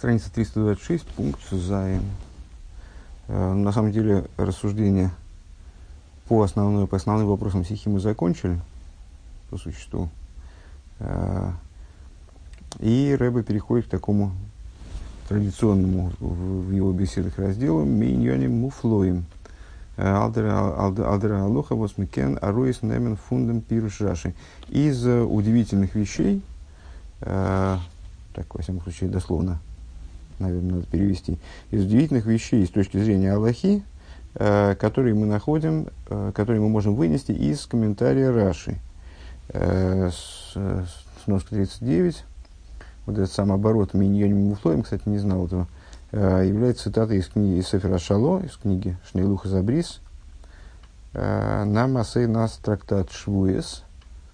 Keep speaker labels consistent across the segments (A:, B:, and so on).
A: Страница 326, пункт Зайн. На самом деле, рассуждения по основным вопросам сихи мы закончили, по существу. И Рэбе переходит к такому традиционному в его беседах разделу «Миньоним муфлоим». Алдера алоха восмикен аруис немен фундам пируш раши. Из удивительных вещей, так, во всяком случае, дословно, наверное, надо перевести, из удивительных вещей с точки зрения Аллахи, которые мы находим, которые мы можем вынести из комментария Раши. Сноска 39, вот этот сам оборот «Миньоним муфлоим», кстати, не знал этого, является цитатой из книги из Сефера Шало, из книги Шнейлуха Забрис, на Масей нас трактат Швуес.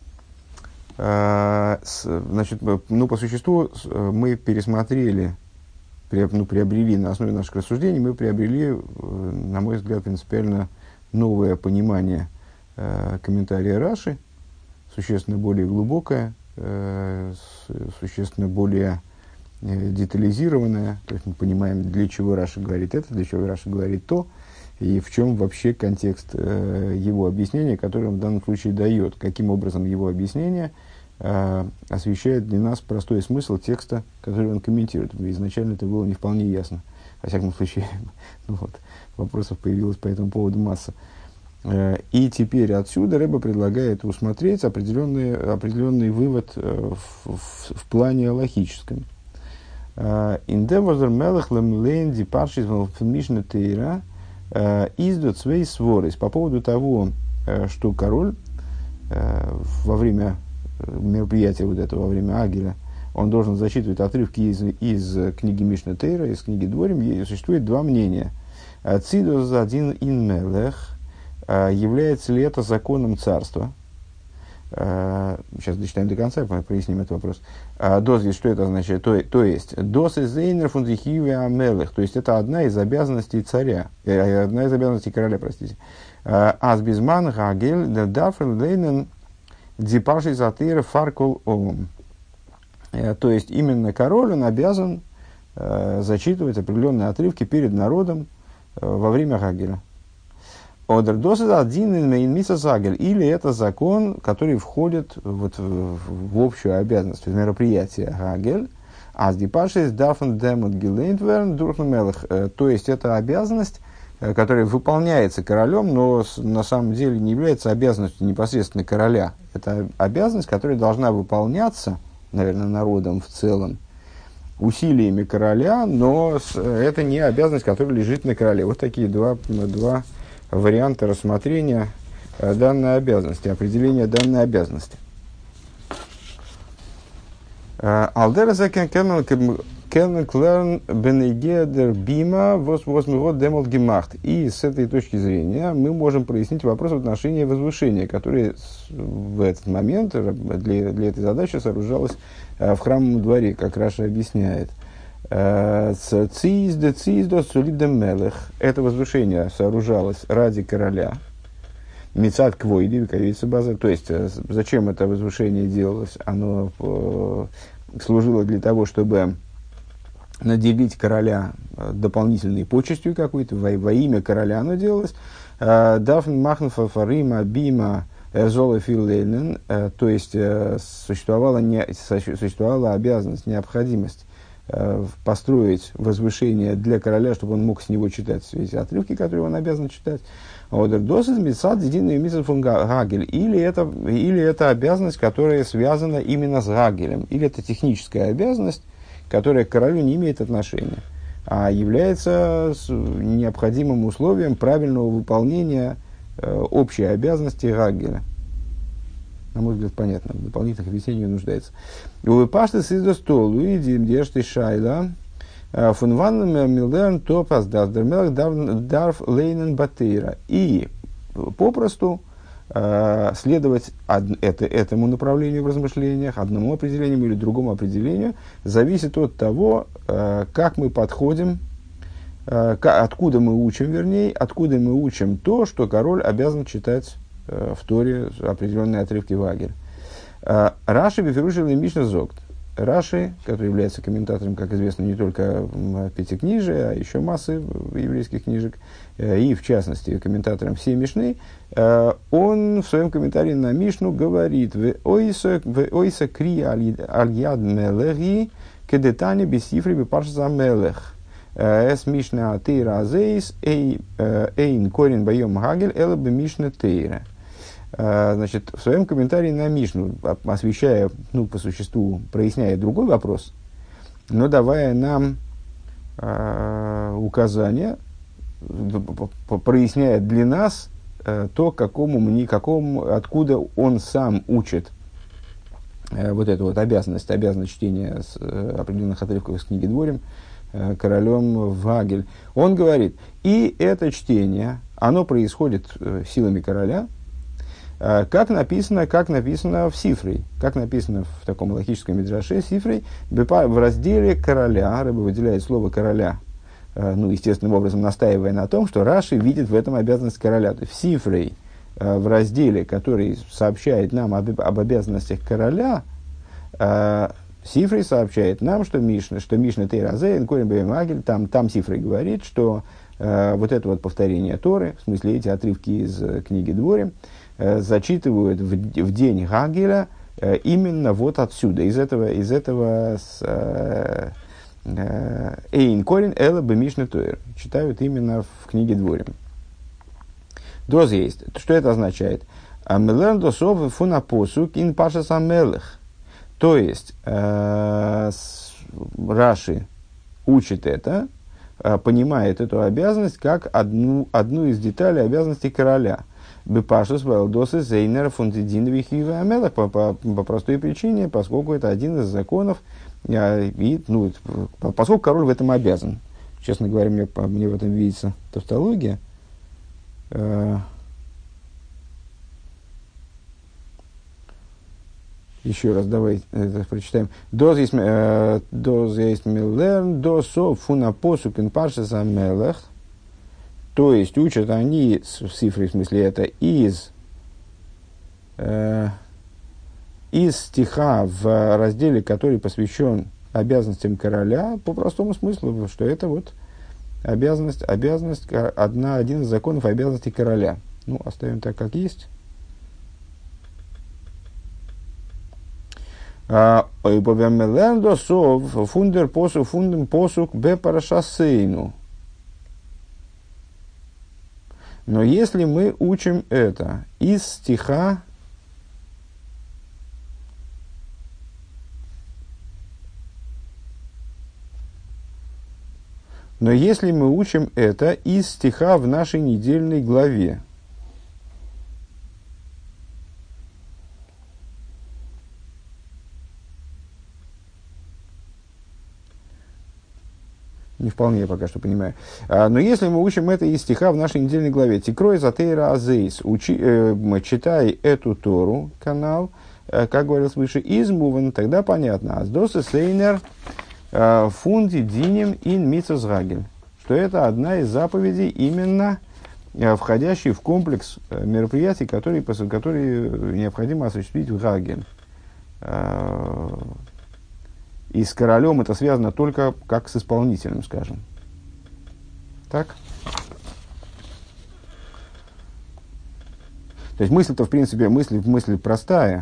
A: Значит, по существу мы пересмотрели, приобрели на основе наших рассуждений, мы приобрели, на мой взгляд, принципиально новое понимание комментария Раши, существенно более глубокое, существенно более детализированное, то есть мы понимаем, для чего Раши говорит это, для чего Раши говорит то, и в чем вообще контекст его объяснения, который он в данном случае дает, каким образом его объяснение освещает для нас простой смысл текста, который он комментирует. Изначально это было не вполне ясно. Во всяком случае, вопросов появилось по этому поводу масса. И теперь отсюда Рэбе предлагает усмотреть определенный вывод в плане логическом. Индевозер мелech лемлейн дипаршис мишна тейра издот свей сворис. По поводу того, что король во время мероприятия вот этого, во время Агеля, он должен зачитывать отрывки из книги Мишна Тейра, из книги Дворим. Существует два мнения. Цидос один ин мелех. Является ли это законом царства? Сейчас дочитаем до конца, проясним этот вопрос. Доз, что это означает? То есть, дос из эйнер фундихиви амелех, то есть, это одна из обязанностей царя, одна из обязанностей короля, простите. Азбизман гагель дафр лейнен дипаши затыр фаркол ом. То есть, именно король, он обязан зачитывать определенные отрывки перед народом во время Гагеля. Или это закон, который входит в общую обязанность, в мероприятие Гагель. То есть, это обязанность, которая выполняется королем, но на самом деле не является обязанностью непосредственно короля. Это обязанность, которая должна выполняться, наверное, народом в целом, усилиями короля, но это не обязанность, которая лежит на короле. Вот такие два варианта рассмотрения данной обязанности, определения данной обязанности. Алдера келмен клерн бенегедер бима восьмигод демол гемахт. И с этой точки зрения мы можем прояснить вопрос в отношении возвышения, которое в этот момент для этой задачи сооружалось в храмовом дворе, как Раша объясняет. Это возвышение сооружалось ради короля. Мицат квойди, вековица база. То есть, зачем это возвышение делалось? Оно служило для того, чтобы наделить короля дополнительной почестью какой-то. Во имя короля оно делалось. Дафн махнуфа фарима бима эрзола филлейнен. То есть, существовала обязанность, необходимость построить возвышение для короля, чтобы он мог с него читать все эти отрывки, которые он обязан читать. Или это обязанность, которая связана именно с Гагелем, или это техническая обязанность, которая к королю не имеет отношения, а является необходимым условием правильного выполнения общей обязанности Гагеля. На мой взгляд, понятно, в дополнительных объяснениях не нуждается. Увыпашты с из столу и демдешты шайла фунванным милдерн топас даздермелах дарф лейнен батейра. И попросту следовать этому направлению в размышлениях, одному определению или другому определению, зависит от того, как мы подходим, откуда мы учим то, что король обязан читать в Торе определенные отрывки Вагель. Раши биферушили Мишна Зогт. Раши, который является комментатором, как известно, не только Пятикнижия, а еще массы еврейских книжек, и в частности комментатором всей Мишны, он в своем комментарии на Мишну говорит: «В ойса кри аль-яд мелехи кедетани бесифри бепаршас амелех эс мишна тейра азейс эйн корин байом гагель эла бы мишна тейра». Значит, в своем комментарии на Мишну, освещая, по существу, проясняя другой вопрос, но давая нам указания, проясняя для нас то, откуда он сам учит вот эту вот обязанность чтения с определенных отрывков из книги Дворим королем Вагель. Он говорит: и это чтение, оно происходит силами короля, как написано в Сифрей, как написано в таком логическом мидраше Сифрей, в разделе короля. Рэбе выделяет слово короля, естественным образом настаивая на том, что Раши видит в этом обязанность короля. То есть в Сифрей, в разделе, который сообщает нам об обязанностях короля, Сифрей сообщает нам, что Мишна Тейразейн, Корин Бэйм Агель, там Сифрей говорит, что вот это вот повторение Торы, в смысле эти отрывки из книги Дворим, зачитывают в день Гагеля именно вот отсюда, из этого Эйн Корин Эла Бемишна Тойр, читают именно в книге Дворим. Доз есть. Что это означает? Амелен досов фунапосук ин пашас амелех. То есть Раши учит это, понимает эту обязанность как одну из деталей обязанностей короля. Бепашус валдосы зейнер фунтидинових и амелех, по простой причине, поскольку это один из законов, поскольку король в этом обязан. Честно говоря, мне в этом видится тавтология. Еще раз давай это прочитаем. Доз есть миллерн, досо фунапосу пинпаршес амелех. То есть учат они, в цифре, в смысле, это из стиха в разделе, который посвящен обязанностям короля, по простому смыслу, что это вот обязанность, один из законов обязанностей короля. Оставим так, как есть. Фундер посук бе парашасейну. Но если мы учим это из стиха в нашей недельной главе, не вполне я пока что понимаю. Но если мы учим это из стиха в нашей недельной главе, «Тикрой затейра азейс», читай эту Тору, канал, как говорил свыше, измуван, тогда понятно. «Аздосы сейнер фунди диним ин митцвас гагель», что это одна из заповедей, именно входящей в комплекс мероприятий, которые необходимо осуществить в Гагель. И с королем это связано только как с исполнителем, скажем. Так? То есть мысль-то, в принципе, мысль простая.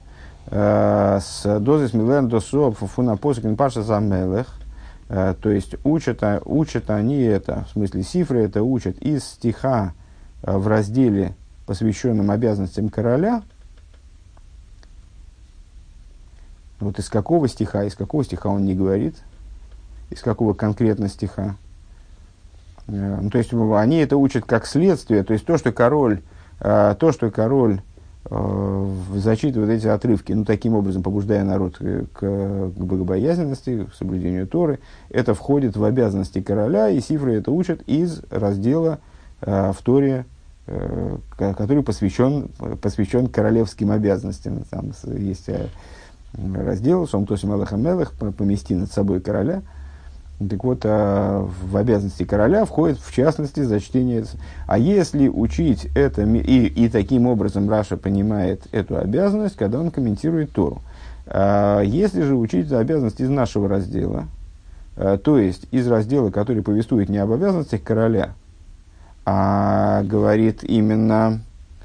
A: С дозис милен досо фунапосикин паша замелех. То есть учат они это, в смысле Сифры это учат из стиха в разделе, посвященном обязанностям короля. Вот из какого стиха он не говорит, из какого конкретно стиха. То есть они это учат как следствие, то есть то, что король зачитывает эти отрывки, таким образом побуждая народ к богобоязненности, к соблюдению Торы, это входит в обязанности короля, и Сифры это учат из раздела в Торе, который посвящен королевским обязанностям. Там есть раздел «Сомтосим Аллахамелах», «Помести над собой короля». Так вот, в обязанности короля входит, в частности, зачтение. А если учить это, и таким образом Раша понимает эту обязанность, когда он комментирует Тору. Если же учить обязанности из нашего раздела, то есть из раздела, который повествует не об обязанностях короля, а говорит именно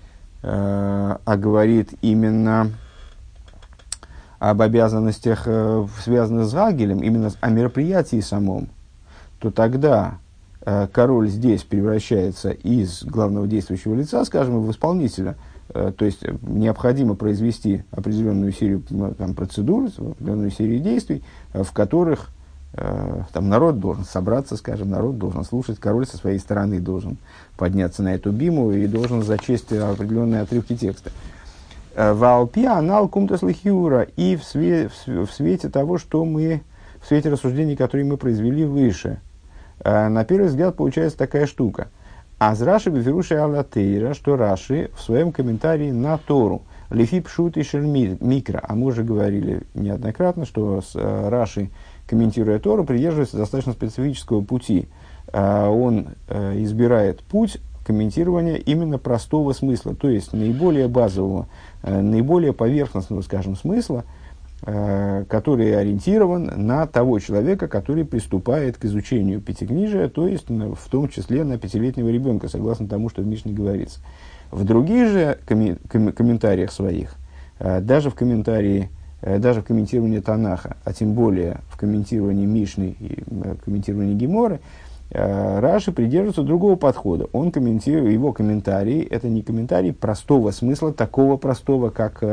A: об обязанностях, связанных с Гагелем, именно о мероприятии самом, то тогда король здесь превращается из главного действующего лица, скажем, в исполнителя. То есть необходимо произвести определенную серию процедур, определенную серию действий, в которых народ должен собраться, скажем, народ должен слушать, король со своей стороны должен подняться на эту биму и должен зачесть определенные отрывки текста. Валпи анал кумтас лихиура, и в свете того, что мы, в свете рассуждений, которые мы произвели выше, на первый взгляд получается такая штука. Аз Раши бифируши аллатейра, что Раши в своем комментарии на Тору, лифи пшут и микро, а мы уже говорили неоднократно, что Раши, комментируя Тору, придерживается достаточно специфического пути. Он избирает путь комментирования именно простого смысла, то есть наиболее базового, наиболее поверхностного, скажем, смысла, который ориентирован на того человека, который приступает к изучению пятикнижия, то есть в том числе на пятилетнего ребенка, согласно тому, что в Мишне говорится. В других же комментариях своих, даже в комментировании Танаха, а тем более в комментировании Мишны и комментировании Геморы, Раши придерживается другого подхода. Он комментирует, его комментарии, это не комментарий простого смысла, такого простого, как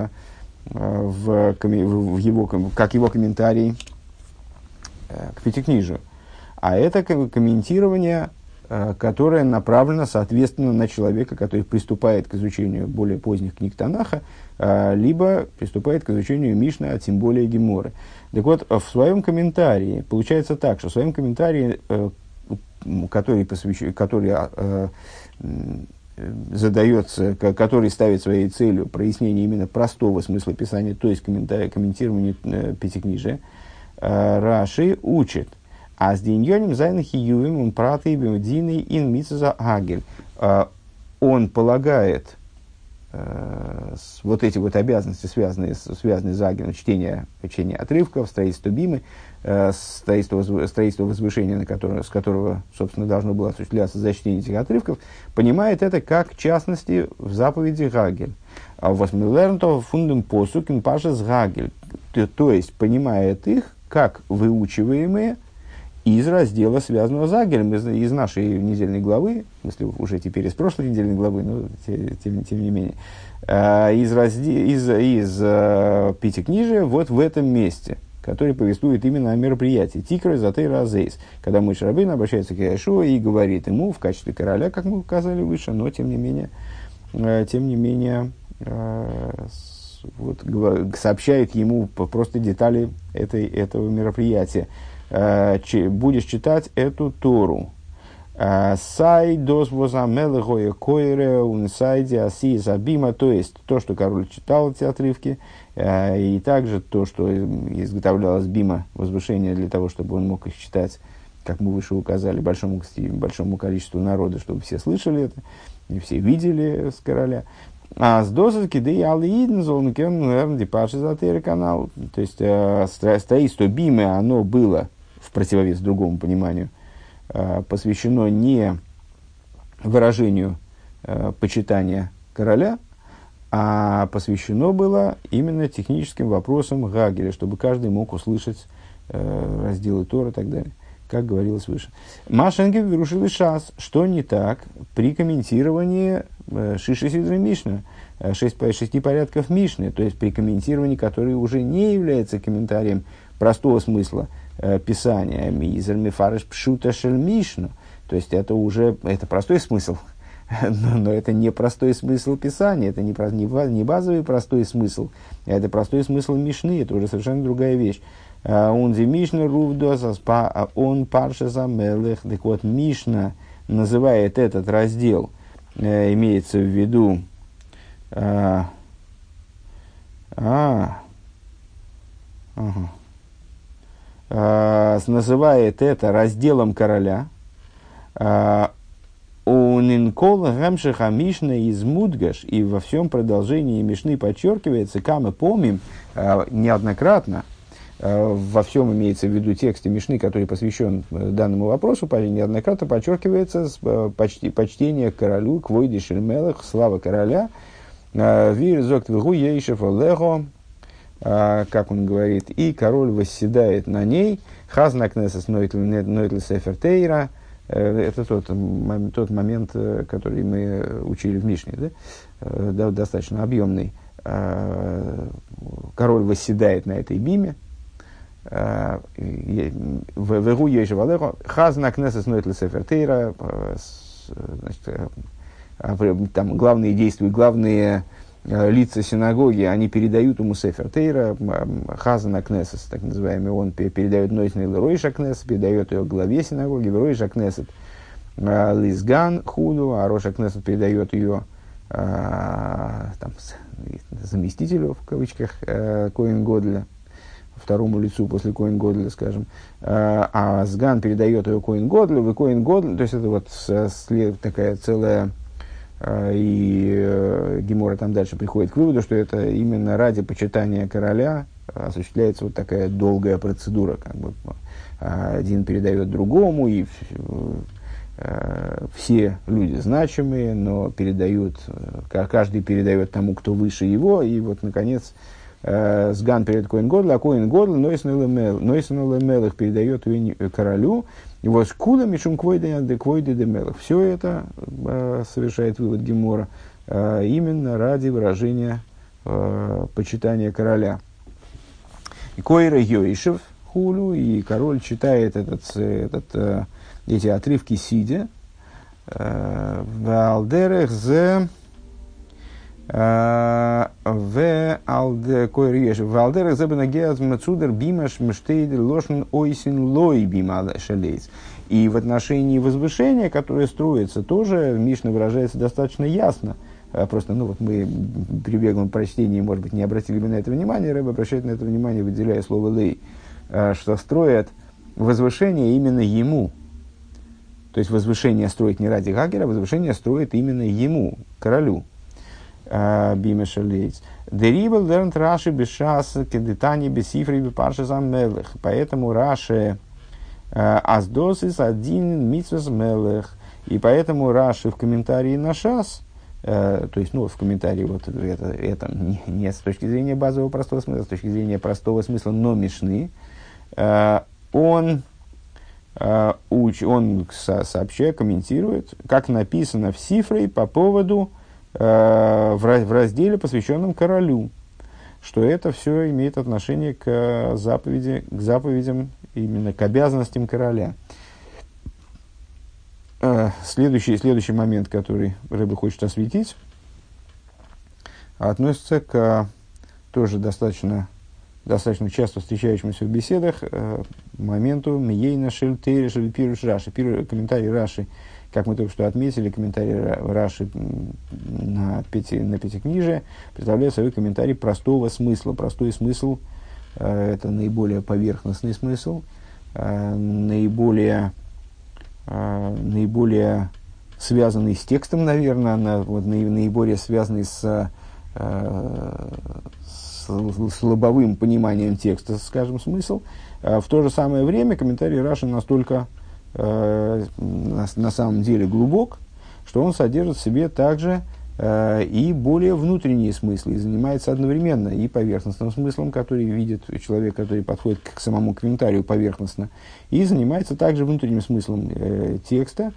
A: его комментарий к пятикнижию. А это комментирование, которое направлено, соответственно, на человека, который приступает к изучению более поздних книг Танаха, либо приступает к изучению Мишны, а тем более Геморы. Так вот, в своем комментарии, получается так, что в своем комментарии, который ставит своей целью прояснение именно простого смысла Писания, то есть комментирование пятикнижия, Раши учит. А с деньёним зайнахи ювим он пратыбим дины ин митцеза агель. Он полагает вот эти вот обязанности, связанные с агелем, чтение отрывков, строительство бимы, строительство возвышения, с которого, собственно, должно было осуществляться зачтение этих отрывков, понимает это как, в частности, в заповеди Гагель. А у восьмилернтов фундам посукин пашес Гагель. То есть, понимает их как выучиваемые из раздела, связанного с Гагелем, из нашей недельной главы, в смысле, уже теперь из прошлой недельной главы, но тем не менее, из пятикнижия вот в этом месте, который повествует именно о мероприятии. Тикра затейра азейс, когда Моше Рабейну обращается к Иешуа и говорит ему в качестве короля, как мы указали выше, но тем не менее сообщает ему просто детали этого мероприятия. Будешь читать эту Тору. Сай дос возамелыгоя койре унсайди аси забима, то есть то, что король читал эти отрывки, и также то, что изготовлялось бима, возвышение для того, чтобы он мог их читать, как мы выше указали, большому количеству народа, чтобы все слышали это, и все видели с короля. А с дозаки да и алиидн золнукен дипаши затери канал. То есть строительство бимы, оно было в противовес другому пониманию, посвящено не выражению почитания короля, а посвящено было именно техническим вопросам Гагеля, чтобы каждый мог услышать разделы Тора и так далее, как говорилось выше. Машенги вирушили шас, что не так при комментировании Шиши Сидры Мишны, шести порядков Мишны, то есть при комментировании, которое уже не является комментарием простого смысла Писания, Мизер Мифареш Пшута Шель Мишну, то есть это простой смысл, но это не простой смысл Писания, это не базовый простой смысл, это простой смысл Мишны, это уже совершенно другая вещь. Он ди Мишна Рувдос, он Парша Замелех. Так вот, Мишна называет этот раздел, имеется в виду, называет это разделом короля. Он Унинкол гамшиха мишна из мудгаш, и во всем продолжении Мишны подчеркивается, камы помним неоднократно, во всем имеется в виду тексте Мишны, который посвящен данному вопросу, неоднократно подчеркивается почтение к королю, к войде шельмелах, слава короля, вир зокт вегу ейшев олего, как он говорит, и король восседает на ней, хазнакнесес нойтл сефер тейра. Это тот момент, который мы учили в Мишне, да? Достаточно объемный. Король восседает на этой биме. Вегу ейшев олего, хазнакнесес нойтл сефер тейра. Там главные действия, главные лица синагоги, они передают ему Сефер Тейра, Хазана Кнесет, так называемый, он передает Нойсный Леройша Кнесет, передает ее главе синагоги, Леройша Кнесет Лизган Худу, а Роша Кнесет передает ее заместителю, в кавычках, Коэн Годля, второму лицу после Коэн Годля, скажем, а Сган передает ее Коэн Годлю, и Коэн Годлю, то есть это вот такая целая. И Гемора там дальше приходит к выводу, что это именно ради почитания короля осуществляется вот такая долгая процедура, как бы один передает другому, и все люди значимые, но передают, каждый передает тому, кто выше его, и вот наконец Сган передает Коэн Годля, а Коэн Годля Нойсен Лемелех передает ее королю. И вот скуда мишум квойды демелах. Все это совершает вывод Гемора именно ради выражения почитания короля. И койра йоишев хулю, и король читает эти отрывки сидя. В алдерех зе и в отношении возвышения, которое строится, тоже Мишна выражается достаточно ясно. Просто, вот мы при беглом прочтении, может быть, не обратили бы на это внимание, Рэб обращает на это внимание, выделяя слово «лей», что строят возвышение именно ему. То есть возвышение строит не ради Гагера, возвышение строит именно ему, королю. Бимеша Лейц. Дерибл лернт Раши бешас кедетани бесифри бепарши замелех. Поэтому Раши аздосис один митсвес мелех. И поэтому Раши в комментарии на шас, то есть, в комментарии вот это не с точки зрения базового простого смысла, с точки зрения простого смысла, но Мишны, он сообщает, комментирует, как написано в Сифре по поводу в разделе, посвященном королю, что это все имеет отношение к заповедям, именно к обязанностям короля. Следующий момент, который Рэбе хочет осветить, относится к тоже достаточно часто встречающемуся в беседах моменту Миейна Шель Тейра Шель Пируш Раши. Комментарий Раши, как мы только что отметили, комментарий Раши на пятикнижие представляет собой комментарий простого смысла. Простой смысл – это наиболее поверхностный смысл, наиболее связанный с текстом, наверное, наиболее связанный с лобовым пониманием текста, скажем, смысл. В то же самое время комментарий Раши настолько на самом деле глубок, что он содержит в себе также и более внутренние смыслы, и занимается одновременно и поверхностным смыслом, который видит человек, который подходит к самому комментарию поверхностно, и занимается также внутренним смыслом текста,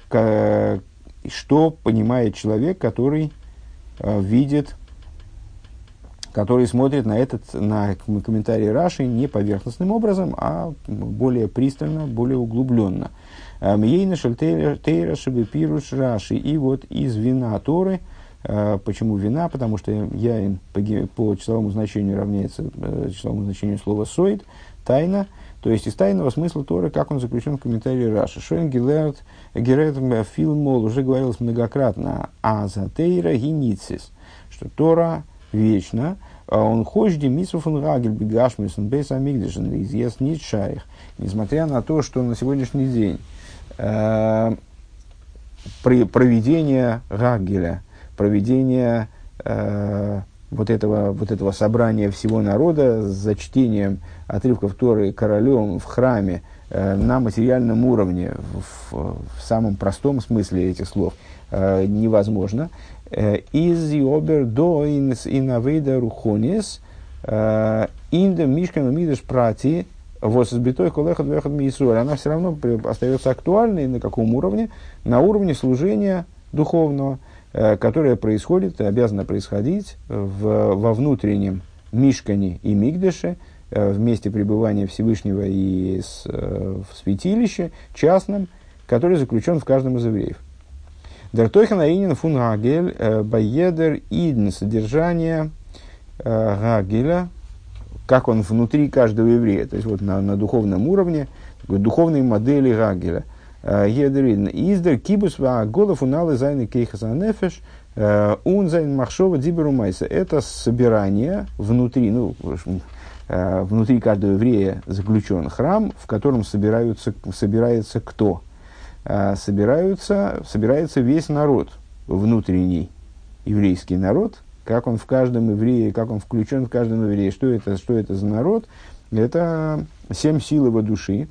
A: что понимает человек, который видит, который смотрит на комментарий Раши не поверхностным образом, а более пристально, более углубленно. Мьейна шель тейра шебепируш Раши. И вот из вина Торы, почему вина? Потому что яин по числовому значению равняется числовому значению слова соид, тайна, то есть из тайного смысла Торы, как он заключен в комментарии Раши. Шоин Гилерт Филмол уже говорилось многократно, а за тейра гиницис, что Тора вечна, он хожди митсуфун рагель бегашмисун бейс амигдешен изъезд нитшайх. Несмотря на то, что на сегодняшний день проведение Гаггеля, проведение вот этого собрания всего народа за чтением отрывков Торы королем в храме на материальном уровне, в самом простом смысле этих слов, невозможно. Из обер до инавейда рухонис инда мишкам мидеш прати восбитой колехат вехат миисуэль. Она все равно остается актуальной на каком уровне? На уровне служения духовного, которое происходит, обязано происходить во внутреннем мишкане и мигдеше, в месте пребывания Всевышнего и в святилище частном, который заключен в каждом из евреев. Дертойхан Аинин фун Гагель Баедер Идн, содержание Гагеля, как он внутри каждого еврея, то есть вот на духовном уровне, такой духовной модели Гагеля. Едер Идн Издер Кибус Ва Голов Уналы Зайны Кейхаса Нефеш Ун Зайн Махшова Диберу Майса. Это собирание внутри, внутри каждого еврея заключен храм, в котором собирается кто? Собирается весь народ, внутренний еврейский народ, как он в каждом еврее, как он включен в каждом еврее. Что это за народ? Это 7 сил его души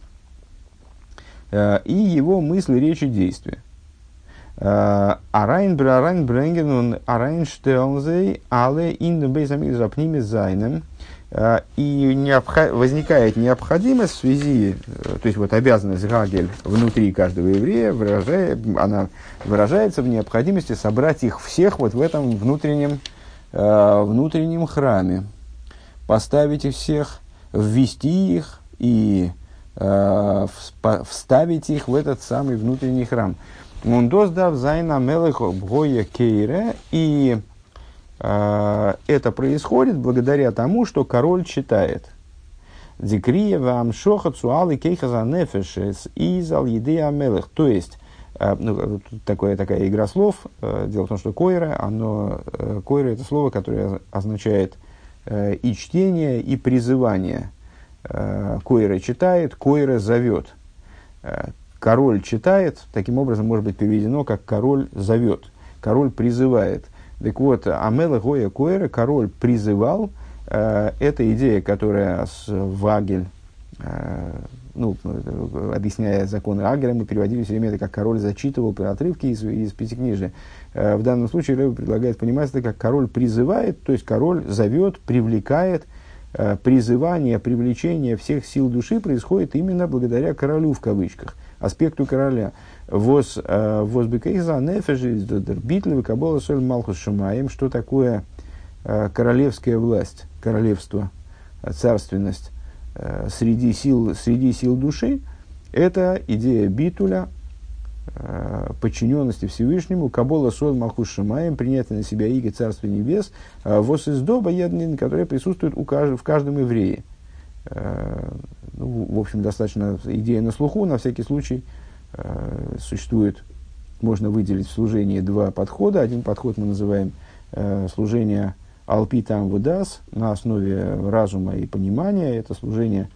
A: и его мысли, речи, действия. Арайн бренген он арайн штелнзей але ин бейзамик запними зайнем. И возникает необходимость в связи, то есть вот обязанность Гагель внутри каждого еврея, она выражается в необходимости собрать их всех вот в этом внутреннем храме, поставить их всех, ввести их и вставить их в этот самый внутренний храм. Мундоздав зайна мелехо бгоя кейре, и это происходит благодаря тому, что король читает. Дикрия вам шохат суалы кейхаза нефешес изал еды амелех. То есть, такая игра слов. Дело в том, что койра это слово, которое означает и чтение, и призывание. Койра читает, койра зовет. Король читает, таким образом может быть переведено как король зовет, король призывает. Так вот, Амела Гоя Койра, король призывал, это идея, которая с Вагель, объясняя законы Агеля, мы переводили все время это как король зачитывал отрывки из Пятикнижия. В данном случае Ребе предлагает понимать это как король призывает, то есть король зовет, привлекает. Призывание, привлечение всех сил души происходит именно благодаря королю, в кавычках, аспекту короля. Возбекейза нефежи битлевы кабола соль малхус шумаем. Что такое королевская власть, королевство, царственность среди сил души? Это идея битуля, подчиненности Всевышнему, кабола соль малхус шумаем, принятие на себя иго царства небес, восиздоба яднин, которая присутствует в каждом еврее. В общем, достаточно идея на слуху, на всякий случай. Существует, можно выделить в служении 2 подхода. Один подход мы называем служение алпи там вудас, на основе разума и понимания. Это служение,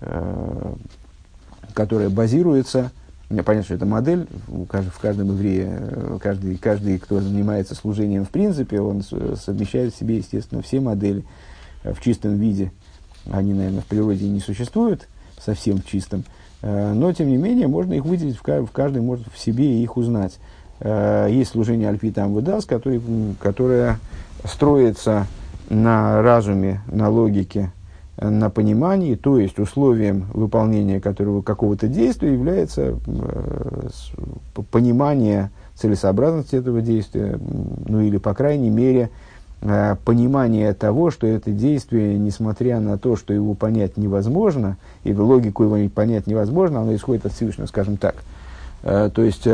A: которое базируется, понятно, что это модель, в каждом еврее, каждый, кто занимается служением в принципе, он совмещает в себе, естественно, все модели в чистом виде. Они, наверное, в природе не существуют совсем в чистом. Но, тем не менее, можно их выделить, каждый может в себе их узнать. Есть служение Альпи там Вудас, которое строится на разуме, на логике, на понимании, то есть условием выполнения какого-то действия является понимание целесообразности этого действия, или, по крайней мере, понимание того, что это действие, несмотря на то, что его понять невозможно, и логику его понять невозможно, оно исходит от Всевышнего, скажем так. То есть,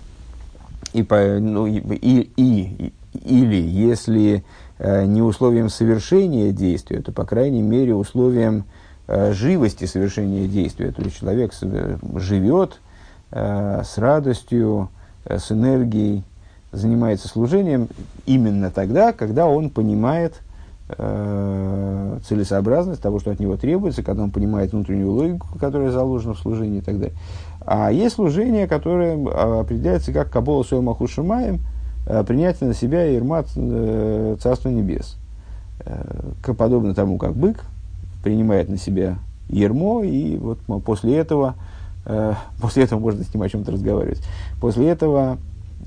A: или если не условием совершения действия, то, по крайней мере, условием живости совершения действия. То есть, человек живет с радостью, с энергией, занимается служением именно тогда, когда он понимает целесообразность того, что от него требуется, когда он понимает внутреннюю логику, которая заложена в служении и так далее. А есть служение, которое определяется как Кабола Сойл Малхут Шамаим, принятие на себя Ирмат Царства Небес. Подобно тому, как бык принимает на себя ярмо, и вот после этого можно с ним о чем-то разговаривать. После этого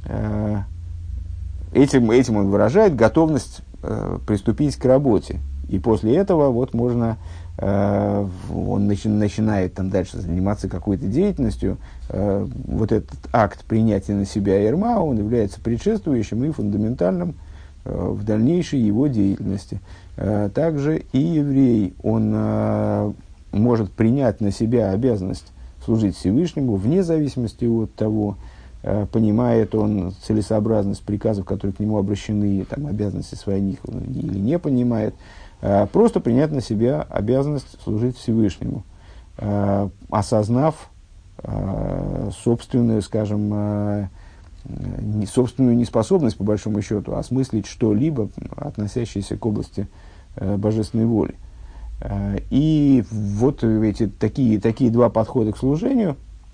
A: этим он выражает готовность приступить к работе. И после этого вот можно, он начинает там дальше заниматься какой-то деятельностью. Вот этот акт принятия на себя ярма, он является предшествующим и фундаментальным в дальнейшей его деятельности. Также и еврей, он может принять на себя обязанность служить Всевышнему вне зависимости от того, понимает он целесообразность приказов, которые к нему обращены, там, обязанности своих или не понимает, просто принять на себя обязанность служить Всевышнему, осознав собственную, скажем, собственную неспособность, по большому счету, осмыслить что-либо, относящееся к области божественной воли. И вот эти такие два подхода к служению,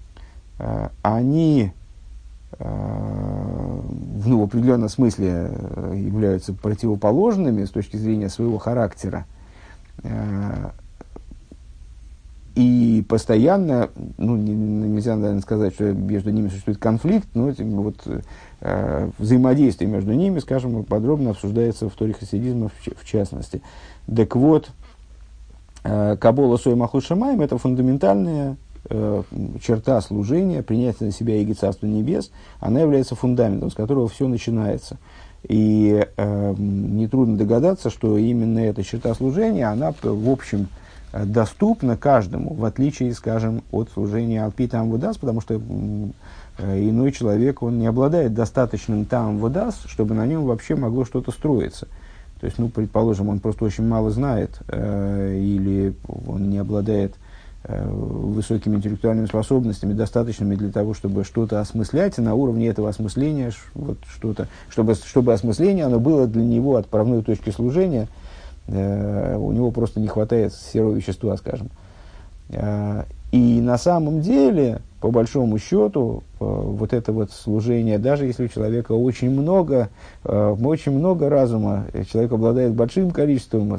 A: они в определенном смысле являются противоположными с точки зрения своего характера. И постоянно, нельзя, наверное, сказать, что между ними существует конфликт, но взаимодействие между ними, скажем, подробно обсуждается в Торе хасидизма в частности. Так вот, Кабола Сойл Малхут Шамаим – это фундаментальная черта служения, принятие на себя иго Царства Небес, она является фундаментом, с которого все начинается. И нетрудно догадаться, что именно эта черта служения, она, в общем, доступна каждому, в отличие, скажем, от служения Алпи Таам Водас, потому что иной человек, он не обладает достаточным Таам Водас, чтобы на нем вообще могло что-то строиться. То есть, предположим, он просто очень мало знает, или он не обладает высокими интеллектуальными способностями, достаточными для того, чтобы что-то осмыслять, и на уровне этого осмысления, чтобы осмысление оно было для него отправной точки служения, у него просто не хватает серого вещества, скажем. И на самом деле, по большому счету, вот это вот служение, даже если у человека очень много разума, человек обладает большим количеством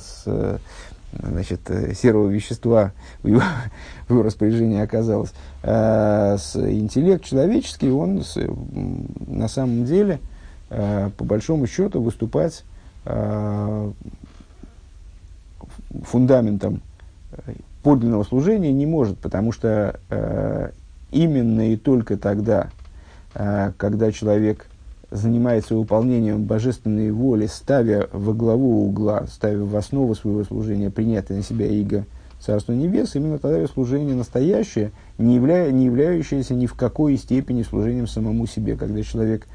A: серого вещества в его распоряжении оказалось. Интеллект человеческий, он на самом деле, по большому счету, выступать фундаментом подлинного служения не может, потому что именно и только тогда, когда человек занимается выполнением божественной воли, ставя во главу угла, ставя в основу своего служения принятие на себя иго Царства Небес, именно тогда служение настоящее, не являющееся ни в какой степени служением самому себе. Когда человек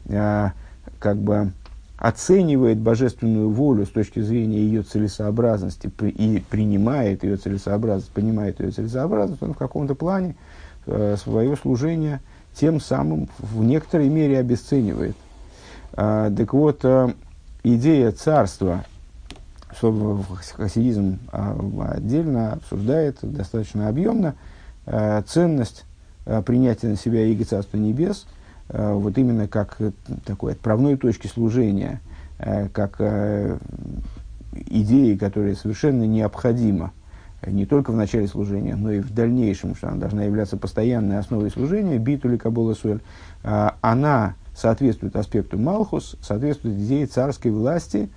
A: оценивает божественную волю с точки зрения ее целесообразности и принимает ее целесообразность, он в каком-то плане свое служение тем самым в некоторой мере обесценивает. Так вот, идея царства, хасидизм отдельно обсуждает достаточно объемно ценность принятия на себя иго Царства Небес, вот именно как такой отправной точки служения, как идеи, которая совершенно необходима не только в начале служения, но и в дальнейшем, что она должна являться постоянной основой служения, битули Кабола Соль, она соответствует аспекту Малхус, соответствует идее царской власти,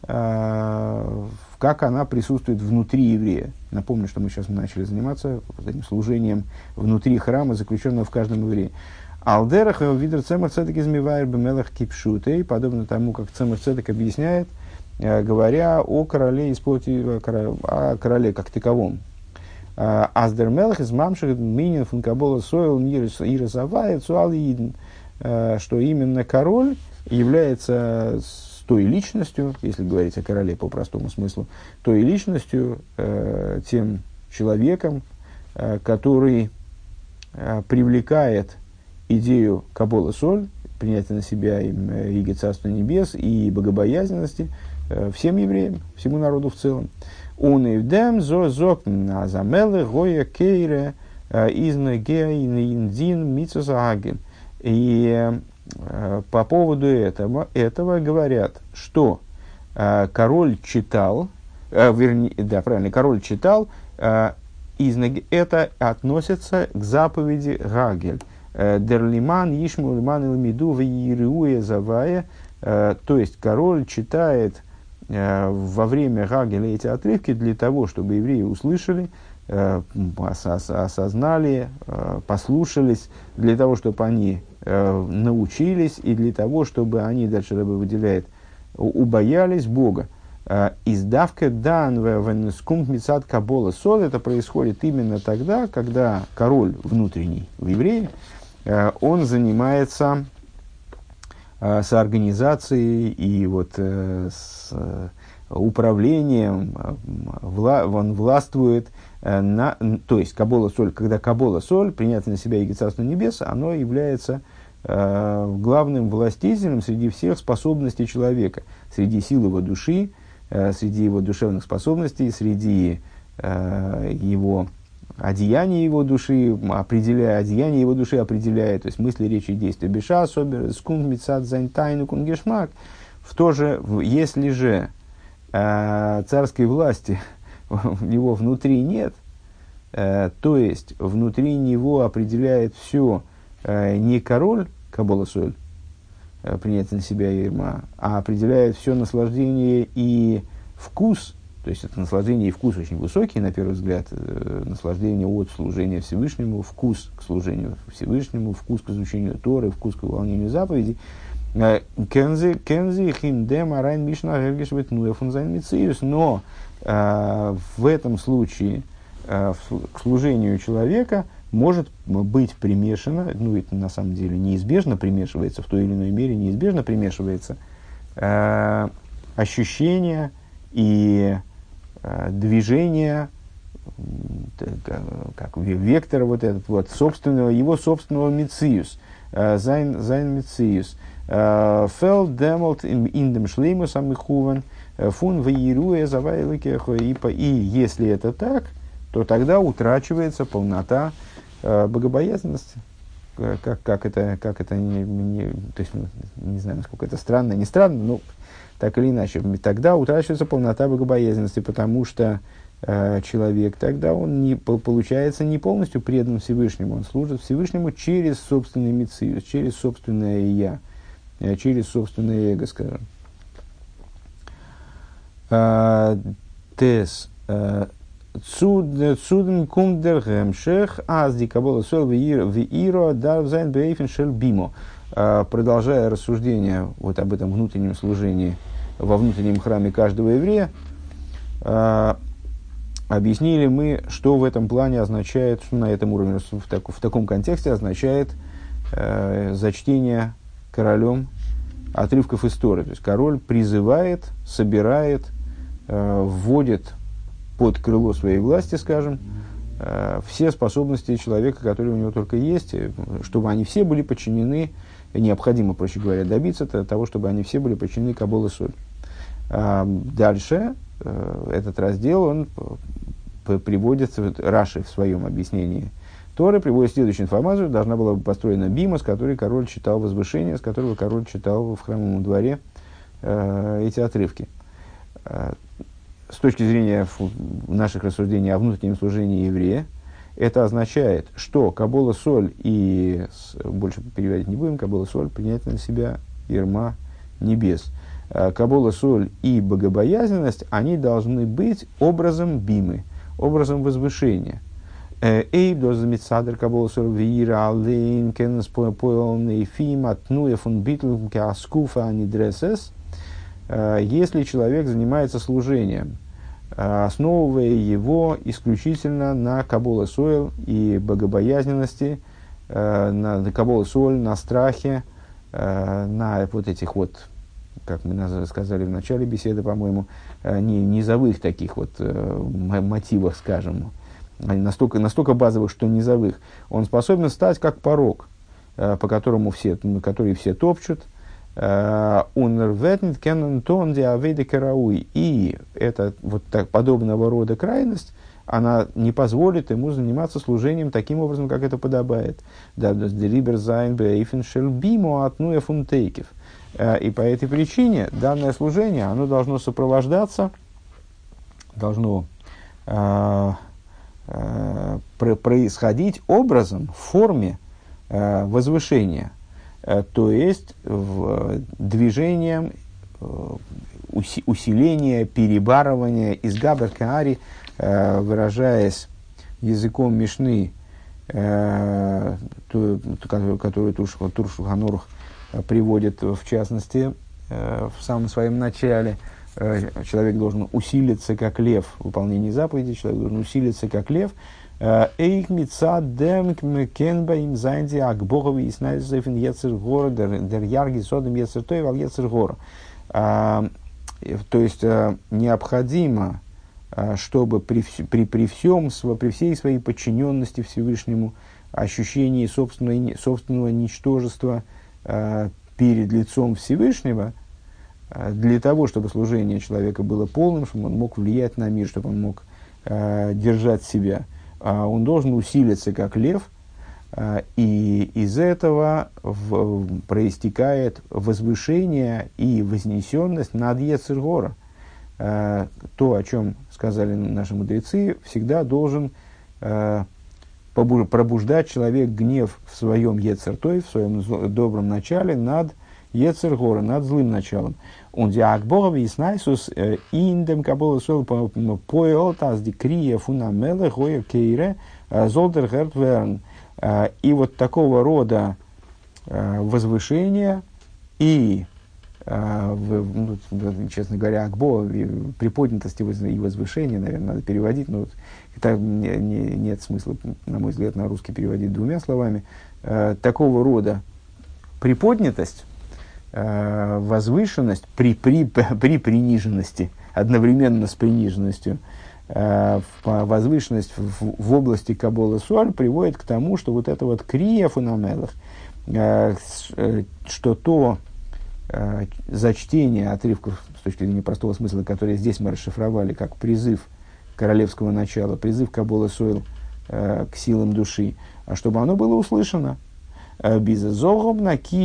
A: как она присутствует внутри еврея. Напомню, что мы сейчас начали заниматься этим служением внутри храма, заключенного в каждом еврее. Алдерах видер Цемах Цедек измивайр бемелах кипшутей, подобно тому, как Цемах Цедек объясняет, говоря о короле из плоти, о короле как таковом. Аздер Мелах из Мамших Минин Функабола Сойл Ирасавая Цуал Иден, что именно король является той личностью, если говорить о короле по простому смыслу, той личностью, тем человеком, который привлекает идею Кабола Соль, принятия на себя иго Царства Небес и богобоязненности всем евреям, всему народу в целом. Он и вдем зок азамелы гоя кейре изна геиндин мицусагель. И по поводу этого говорят, что король читал, король читал, это относится к заповеди Гагель. Дерлиман, Ишмулиман, Илмиду, Виируя, Завая. То есть король читает во время Гагеля эти отрывки для того, чтобы евреи услышали, осознали, послушались, для того, чтобы они научились, и для того, чтобы они, дальше Ребе выделяет, убоялись Бога. Издавка дан венскумт мицад кабола сол, это происходит именно тогда, когда король внутренний в евреи, он занимается с организацией и с управлением, он властвует, то есть кабола соль, когда кабола соль, принятие на себя иго Царства Небес, оно является главным властителем среди всех способностей человека, среди сил его души, среди его душевных способностей, среди его одеяния его души, одеяние его души определяет, то есть мысли, речи и действия. Беша, особенно скун мицад зайн тайну кунгешмак. Если же царской власти у него внутри нет, то есть внутри него определяет все не король кабола соль, принятие на себя ерма, а определяет все наслаждение и вкус, то есть это наслаждение и вкус очень высокий, на первый взгляд, наслаждение от служения Всевышнему, вкус к служению Всевышнему, вкус к изучению Торы, вкус к выполнению заповедей. Кензи хиндем арайн мишна гергешвет нуэфунзайн мициюс. Но в этом случае к служению человека может быть примешано, это на самом деле неизбежно примешивается, в той или иной мере неизбежно примешивается ощущение и движение, как вектор его собственного мициюс, зайн мициюс, фел демолт индем шлеймус амихуван фун ваируя завайлыкех. И если это так, то тогда утрачивается полнота богобоязненности. Как это то есть, не знаю, насколько это странно, не странно, но так или иначе, тогда утрачивается полнота богобоязненности, потому что человек тогда получается не полностью предан Всевышнему, он служит Всевышнему через собственный мициюс, через собственное я, через собственное эго, скажем. Тес Цуден кумдер гемшех азди кабола соль вииро дарвзайн бейфен шель бимо. Продолжая рассуждение вот об этом внутреннем служении во внутреннем храме каждого еврея, объяснили мы, что в этом плане означает, что на этом уровне, в таком контексте означает зачтение королем отрывков из Торы. То есть король призывает, собирает, вводит под крыло своей власти, скажем, все способности человека, которые у него только есть, чтобы они все были подчинены, необходимо, проще говоря, добиться того, чтобы они все были подчинены кабола соль. Дальше этот раздел, он приводит, Раши в своем объяснении Торы приводит следующую информацию: должна была быть построена бима, с которой король читал возвышение, с которого король читал в храмовом дворе эти отрывки. С точки зрения наших рассуждений о внутреннем служении еврея, это означает, что кабола соль и, больше переводить не будем, кабола соль, принятие на себя ерма небес. Кабола соль и богобоязненность, они должны быть образом бимы, образом возвышения. Эйбдоз митсадр кабола соль вира алейн кеннес поэлный фим атнуя фун битл каскуфа анидресес. Если человек занимается служением, основывая его исключительно на кабола соль и богобоязненности, на кабола соль, на страхе, на вот этих вот, как мы сказали в начале беседы, по-моему, низовых таких вот мотивах, скажем, настолько базовых, что низовых, он способен стать как порок. который все топчут. Унерветнит кеннен тон диавейда карауи. И это вот так, подобного рода крайность, она не позволит ему заниматься служением таким образом, как это подобает. И по этой причине данное служение, оно должно сопровождаться, должно происходить образом, в форме возвышения, то есть движением, усиления, перебарывания из габер каари, выражаясь языком Мишны, которую Тур Шулхан Арух приводит в частности в самом своем начале. Человек должен усилиться как лев в выполнении заповедей, человек должен усилиться как лев. Эйх митца дем кенба им зайнди акбогови и снайзефин ецергора дер ярги содом ецертой вал ецергора. То есть необходимо, чтобы при всей своей подчиненности Всевышнему, ощущении собственного ничтожества перед лицом Всевышнего, для того, чтобы служение человека было полным, чтобы он мог влиять на мир, чтобы он мог держать себя, он должен усилиться как лев, и из этого проистекает возвышение и вознесенность над Ецер-гора. То, о чем сказали наши мудрецы, всегда должен пробуждать человек гнев в своем Ецер-той, в своем добром начале над Ецер-гора, над злым началом. Он диакбогови и снайсус индем кабола сол поэл таз дикрия фунамеле гоя кейре золдер герт верн. И вот такого рода возвышение и, честно говоря, акбо, приподнятости и возвышения, наверное, надо переводить, но это нет смысла, на мой взгляд, на русский переводить двумя словами. Такого рода приподнятость, возвышенность при приниженности, одновременно с приниженностью, возвышенность в области Кабола Суаль приводит к тому, что вот это вот крия фунамелах, что то зачтение отрывков с точки зрения простого смысла, которые здесь мы расшифровали как призыв королевского начала, призыв Кабола Суаль к силам души, а чтобы оно было услышано. Вплоть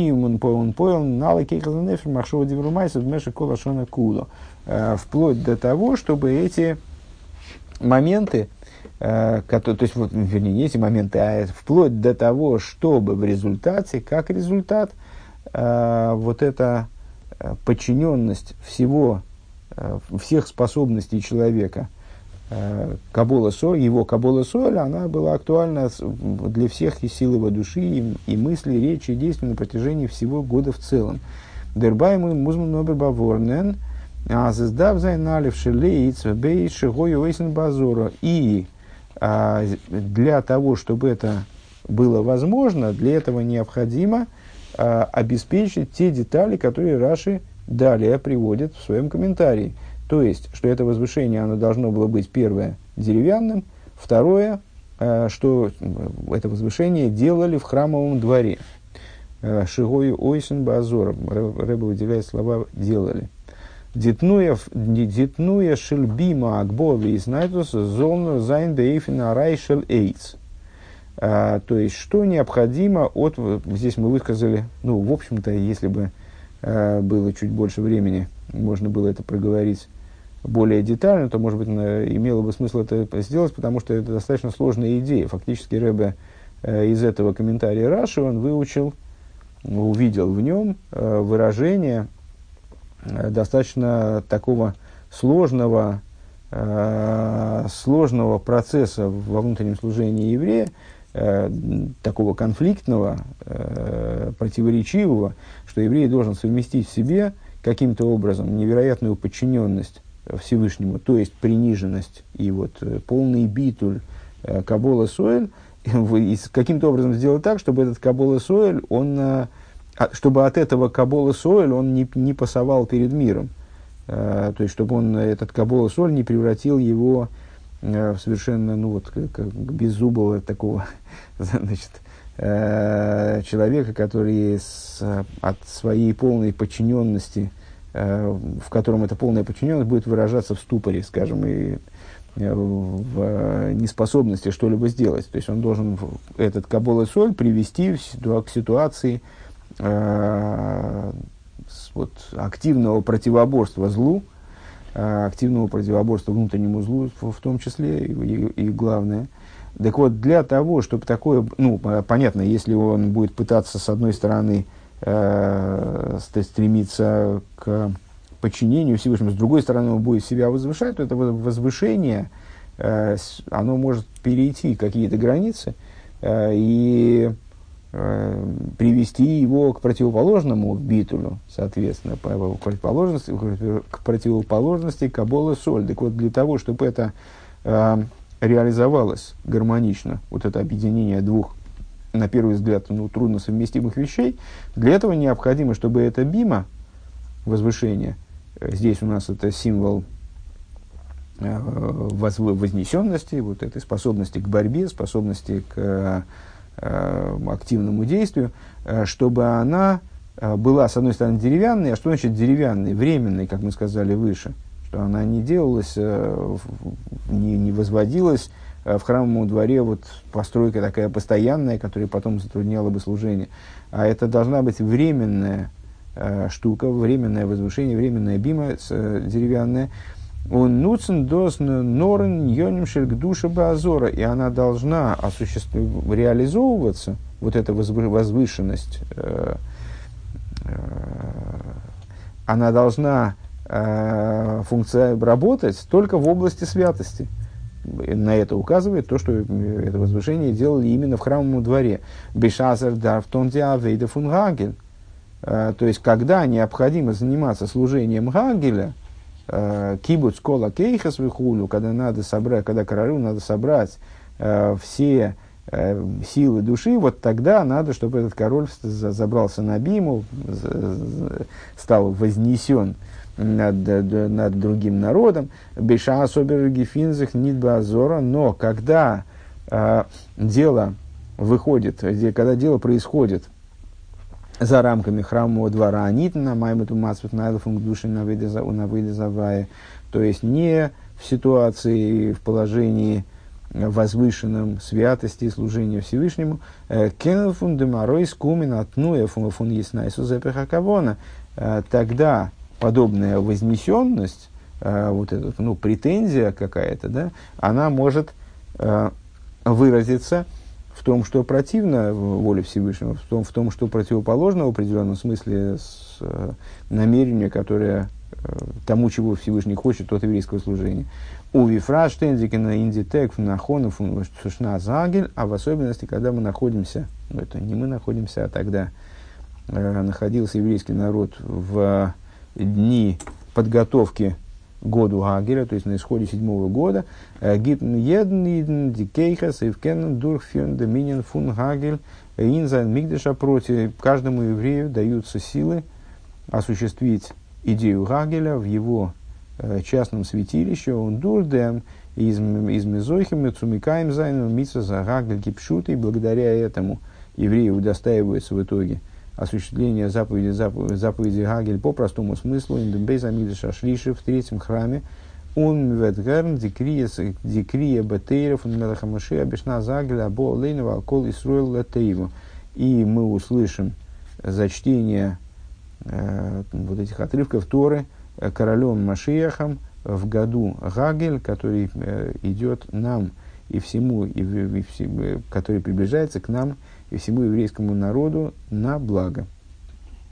A: до того, чтобы эти моменты, то есть, вот, вернее, не эти моменты, а вплоть до того, чтобы в результате, как результат, вот эта подчиненность всех способностей человека, Кабола Соль, его Кабола Соль, она была актуальна для всех и сил его души, и мысли, речи, и действий на протяжении всего года в целом. Дербайму музман нобер баворнен, а заздав зайналив шелейц бей шигой ойсен базора. И для того, чтобы это было возможно, для этого необходимо обеспечить те детали, которые Раши далее приводит в своем комментарии. То есть, что это возвышение, оно должно было быть, первое, деревянным, второе, что это возвышение делали в храмовом дворе. Шигою ойсен базора. Рэбе выделяет слова «делали». Дитнуя шельбима акбови и снайтус золну зайн бейфина райшел эйц. То есть, что необходимо от... Здесь мы высказали, в общем-то, если бы было чуть больше времени, можно было это проговорить более детально, то, может быть, имело бы смысл это сделать, потому что это достаточно сложная идея. Фактически Ребе из этого комментария Раши он увидел в нем выражение достаточно такого сложного процесса во внутреннем служении еврея, такого конфликтного, противоречивого, что еврей должен совместить в себе каким-то образом невероятную подчиненность Всевышнему, то есть приниженность и вот полный битуль Кабола Соэль, и каким-то образом сделать так, чтобы этот Кабола Соэль, чтобы от этого Кабола Соэль он не пасовал перед миром, то есть чтобы он, этот Кабола Соэль, не превратил его в совершенно, как беззубого такого, человека, который от своей полной подчиненности, в котором эта полная подчиненность будет выражаться в ступоре, скажем, и в неспособности что-либо сделать. То есть он должен этот кабола соль привести к ситуации активного противоборства злу, активного противоборства внутреннему злу в том числе, и главное. Так вот, для того, чтобы такое, понятно, если он будет пытаться, с одной стороны, стремиться к подчинению Всевышнему, с другой стороны, он будет себя возвышать, то это возвышение, оно может перейти какие-то границы и привести его к противоположному битулю, соответственно, к противоположности кабола соль. Так вот, для того, чтобы это реализовалось гармонично, вот это объединение двух, на первый взгляд, трудно совместимых вещей, для этого необходимо, чтобы эта бима, возвышение, здесь у нас это символ вознесенности, вот этой способности к борьбе, способности к активному действию, чтобы она была, с одной стороны, деревянной. А что значит деревянной? Временной, как мы сказали выше. Что она не делалась, не возводилась в храмовом дворе вот постройка такая постоянная, которая потом затрудняла бы служение. А это должна быть временная штука, временное возвышение, временная бима деревянная. Он нуцен дос норен йоним шельк душа базора, и она должна реализовываться, вот эта возвышенность, она должна работать только в области святости. На это указывает то, что это возвышение делали именно в храмовом дворе. Бешазер дарфтон диавейда фун гагель. То есть, когда необходимо заниматься служением Гагеля, кибуц кола кейхас вихулю, когда королю надо собрать все силы души, вот тогда надо, чтобы этот король забрался на биму, стал вознесен над другим народом. Беша особер гефинзах нидбазора, но когда дело выходит, когда дело происходит за рамками храмового двора Анитна, Маймату Мацвет Найлфунг души Навыдезавая, то есть не в ситуации, в положении возвышенном святости и служения Всевышнему, Кенфун Демарой Скумин Атнуя Фун Яснайсу Запехакавона, тогда подобная вознесенность, вот эта претензия какая-то, да, она может выразиться в том, что противно воле Всевышнего, в том, что противоположно в определенном смысле намерению, которое тому, чего Всевышний хочет от еврейского служения. У Вифраштензикена индитек нахонов сушна загель, а в особенности, когда мы находимся, это не мы находимся, а тогда находился еврейский народ в дни подготовки году Гагеля, то есть на исходе 7-го года, гипн едн дикейхас и вкен дурфен доминин фун Гагель инзайн мигдеша против каждому еврею даются силы осуществить идею Гагеля в его частном святилище. Он дурдем из мезойхем цумикаем зайну митса за Гагель кипшут, и благодаря этому евреи удостаиваются в итоге осуществление заповеди Гагель по простому смыслу, индембейза мигдеша шлиши в 3-м храме, он ветгарн дикрия бетейров мелаха Машиа бешна Загеля бо лейнова алкол исруэл латейву. И мы услышим за чтение вот этих отрывков Торы королем Машиахом в году Гагель, который идет нам и всему, который приближается к нам и всему еврейскому народу на благо.